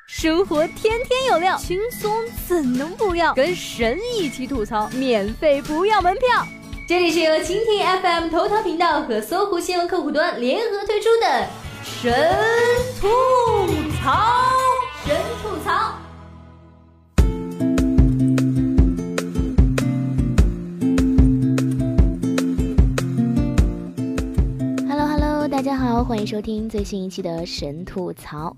生活天天有料，轻松怎能不要？跟神一起吐槽，免费不要门票。这里是由蜻蜓 FM 头条频道和搜狐新闻客户端联合推出的神吐槽。神吐槽。Hello， 大家好，欢迎收听最新一期的神吐槽。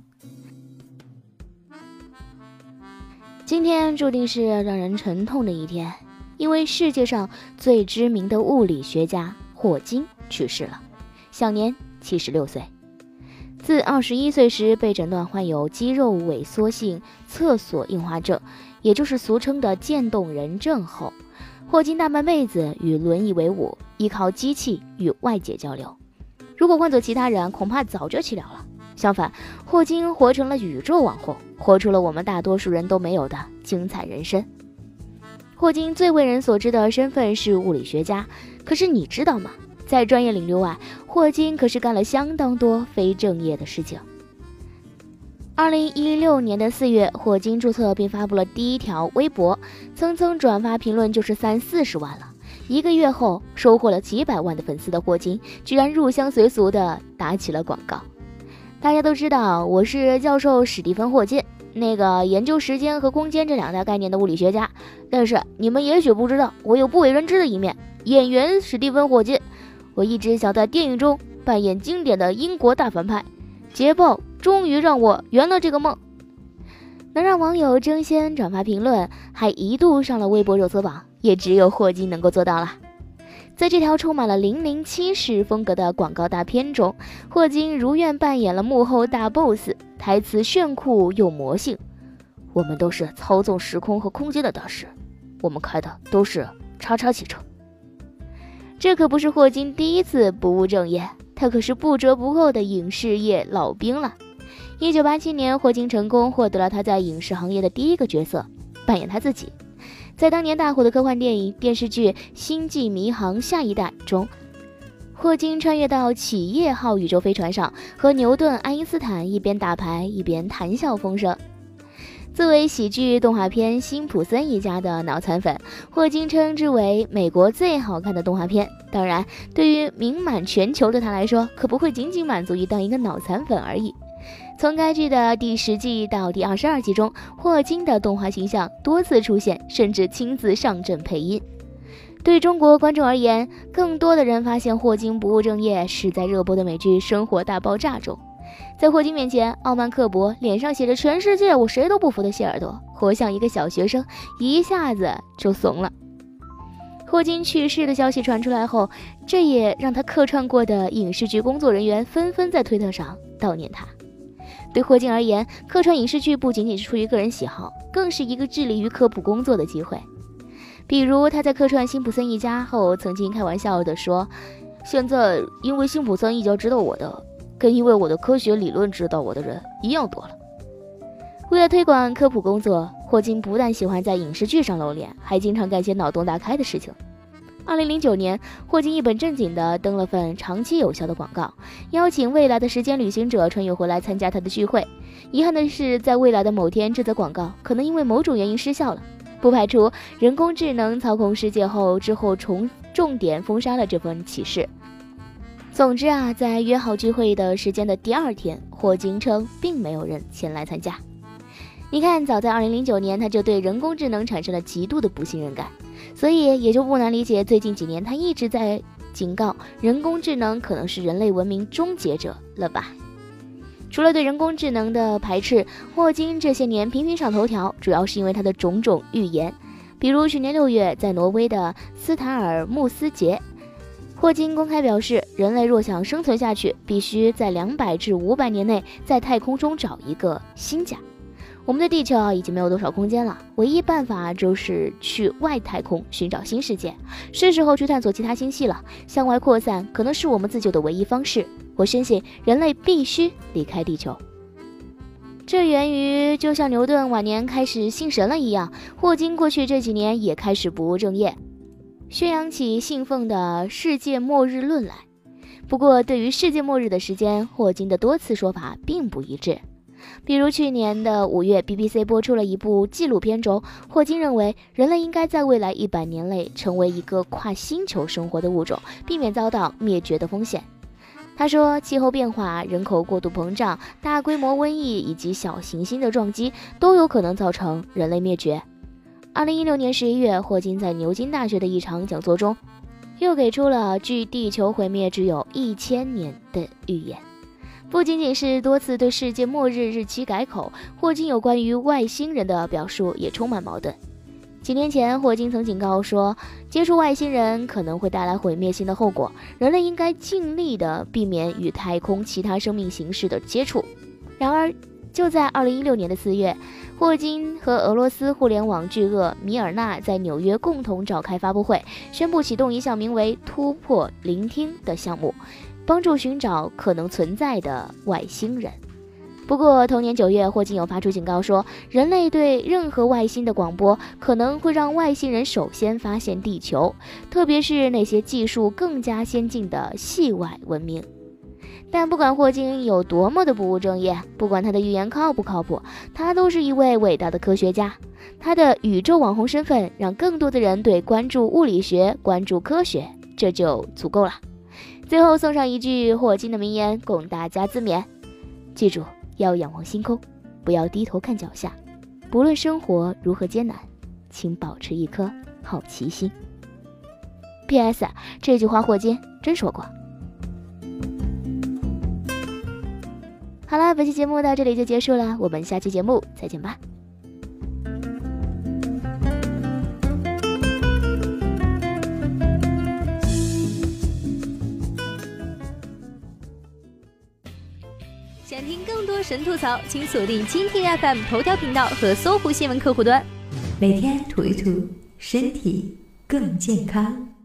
今天注定是让人沉痛的一天，因为世界上最知名的物理学家霍金去世了，享年76岁。自21岁时被诊断患有肌肉萎缩性侧索硬化症，也就是俗称的渐冻人症后，霍金大半辈子与轮椅为伍，依靠机器与外界交流。如果换做其他人，恐怕早就弃疗了。相反，霍金活成了宇宙网红，活出了我们大多数人都没有的精彩人生。霍金最为人所知的身份是物理学家，可是你知道吗？在专业领域外，霍金可是干了相当多非正业的事情。2016年的4月，霍金注册并发布了第一条微博，蹭蹭转发评论就是30-40万了。1个月后，收获了几百万的粉丝的霍金，居然入乡随俗地打起了广告。大家都知道我是教授史蒂芬·霍金，那个研究时间和空间这两大概念的物理学家。但是你们也许不知道，我有不为人知的一面。演员史蒂芬·霍金，我一直想在电影中扮演经典的英国大反派。捷豹终于让我圆了这个梦。能让网友争先转发评论，还一度上了微博热搜榜，也只有霍金能够做到了。在这条充满了007式风格的广告大片中，霍金如愿扮演了幕后大 boss， 台词炫酷又魔性。我们都是操纵时空和空间的大师，我们开的都是叉叉汽车。这可不是霍金第一次不务正业，他可是不折不扣的影视业老兵了。1987年，霍金成功获得了他在影视行业的第一个角色，扮演他自己。在当年大火的科幻电影电视剧《星际迷航：下一代》中，霍金穿越到企业号宇宙飞船上，和牛顿、爱因斯坦一边打牌一边谈笑风生。作为喜剧动画片《辛普森一家》的脑残粉，霍金称之为美国最好看的动画片。当然，对于名满全球的他来说，可不会仅仅满足于当一个脑残粉而已。从该剧的第10季到第22季中，霍金的动画形象多次出现，甚至亲自上阵配音。对中国观众而言，更多的人发现霍金不务正业是在热播的美剧《生活大爆炸》中。在霍金面前，傲慢刻薄，脸上写着全世界我谁都不服的谢耳朵，活像一个小学生，一下子就怂了。霍金去世的消息传出来后，这也让他客串过的影视剧工作人员纷纷在推特上悼念他。对霍金而言，客串影视剧不仅仅是出于个人喜好，更是一个致力于科普工作的机会。比如他在客串辛普森一家后，曾经开玩笑地说，现在因为辛普森一家知道我的，跟因为我的科学理论知道我的人一样多了。为了推广科普工作，霍金不但喜欢在影视剧上露脸，还经常干些脑洞大开的事情。2009年，霍金一本正经地登了份长期有效的广告，邀请未来的时间旅行者穿越回来参加他的聚会。遗憾的是，在未来的某天，这则广告可能因为某种原因失效了，不排除人工智能操控世界后之后重点封杀了这份启示。总之啊，在约好聚会的时间的第2天，霍金称并没有人前来参加。你看，早在2009年，他就对人工智能产生了极度的不信任感，所以也就不难理解最近几年他一直在警告人工智能可能是人类文明终结者了吧。除了对人工智能的排斥，霍金这些年频频上头条，主要是因为他的种种预言。比如去年6月，在挪威的斯塔尔穆斯节，霍金公开表示，人类若想生存下去，必须在200至500年内在太空中找一个新家。我们的地球已经没有多少空间了，唯一办法就是去外太空寻找新世界，是时候去探索其他星系了。向外扩散可能是我们自救的唯一方式。我深信人类必须离开地球。这源于就像牛顿晚年开始信神了一样，霍金过去这几年也开始不务正业，宣扬起信奉的世界末日论来。不过对于世界末日的时间，霍金的多次说法并不一致。 比如去年的5月 BBC 播出了一部纪录片中，霍金认为人类应该在未来100年内成为一个跨星球生活的物种，避免遭到灭绝的风险。他说，气候变化、人口过度膨胀、大规模瘟疫以及小行星的撞击都有可能造成人类灭绝。2016年11月，霍金在牛津大学的一场讲座中又给出了距地球毁灭只有1000年的预言。不仅仅是多次对世界末日日期改口，霍金有关于外星人的表述也充满矛盾。几年前，霍金曾警告说，接触外星人可能会带来毁灭性的后果，人类应该尽力地避免与太空其他生命形式的接触。然而，就在2016年的4月，霍金和俄罗斯互联网巨鳄米尔纳在纽约共同召开发布会，宣布启动一项名为“突破聆听”的项目，帮助寻找可能存在的外星人。不过同年9月，霍金有发出警告说，人类对任何外星的广播可能会让外星人首先发现地球，特别是那些技术更加先进的系外文明。但不管霍金有多么的不务正业，不管他的预言靠不靠谱，他都是一位伟大的科学家。他的宇宙网红身份让更多的人对关注物理学、关注科学，这就足够了。最后送上一句霍金的名言供大家自勉，记住，要仰望星空，不要低头看脚下，不论生活如何艰难，请保持一颗好奇心。 PS 这句话霍金真说过。好了，本期节目到这里就结束了，我们下期节目再见吧。 想听更多神吐槽，请锁定蜻蜓 FM 头条频道和搜狐新闻客户端，每天吐一吐，身体更健康。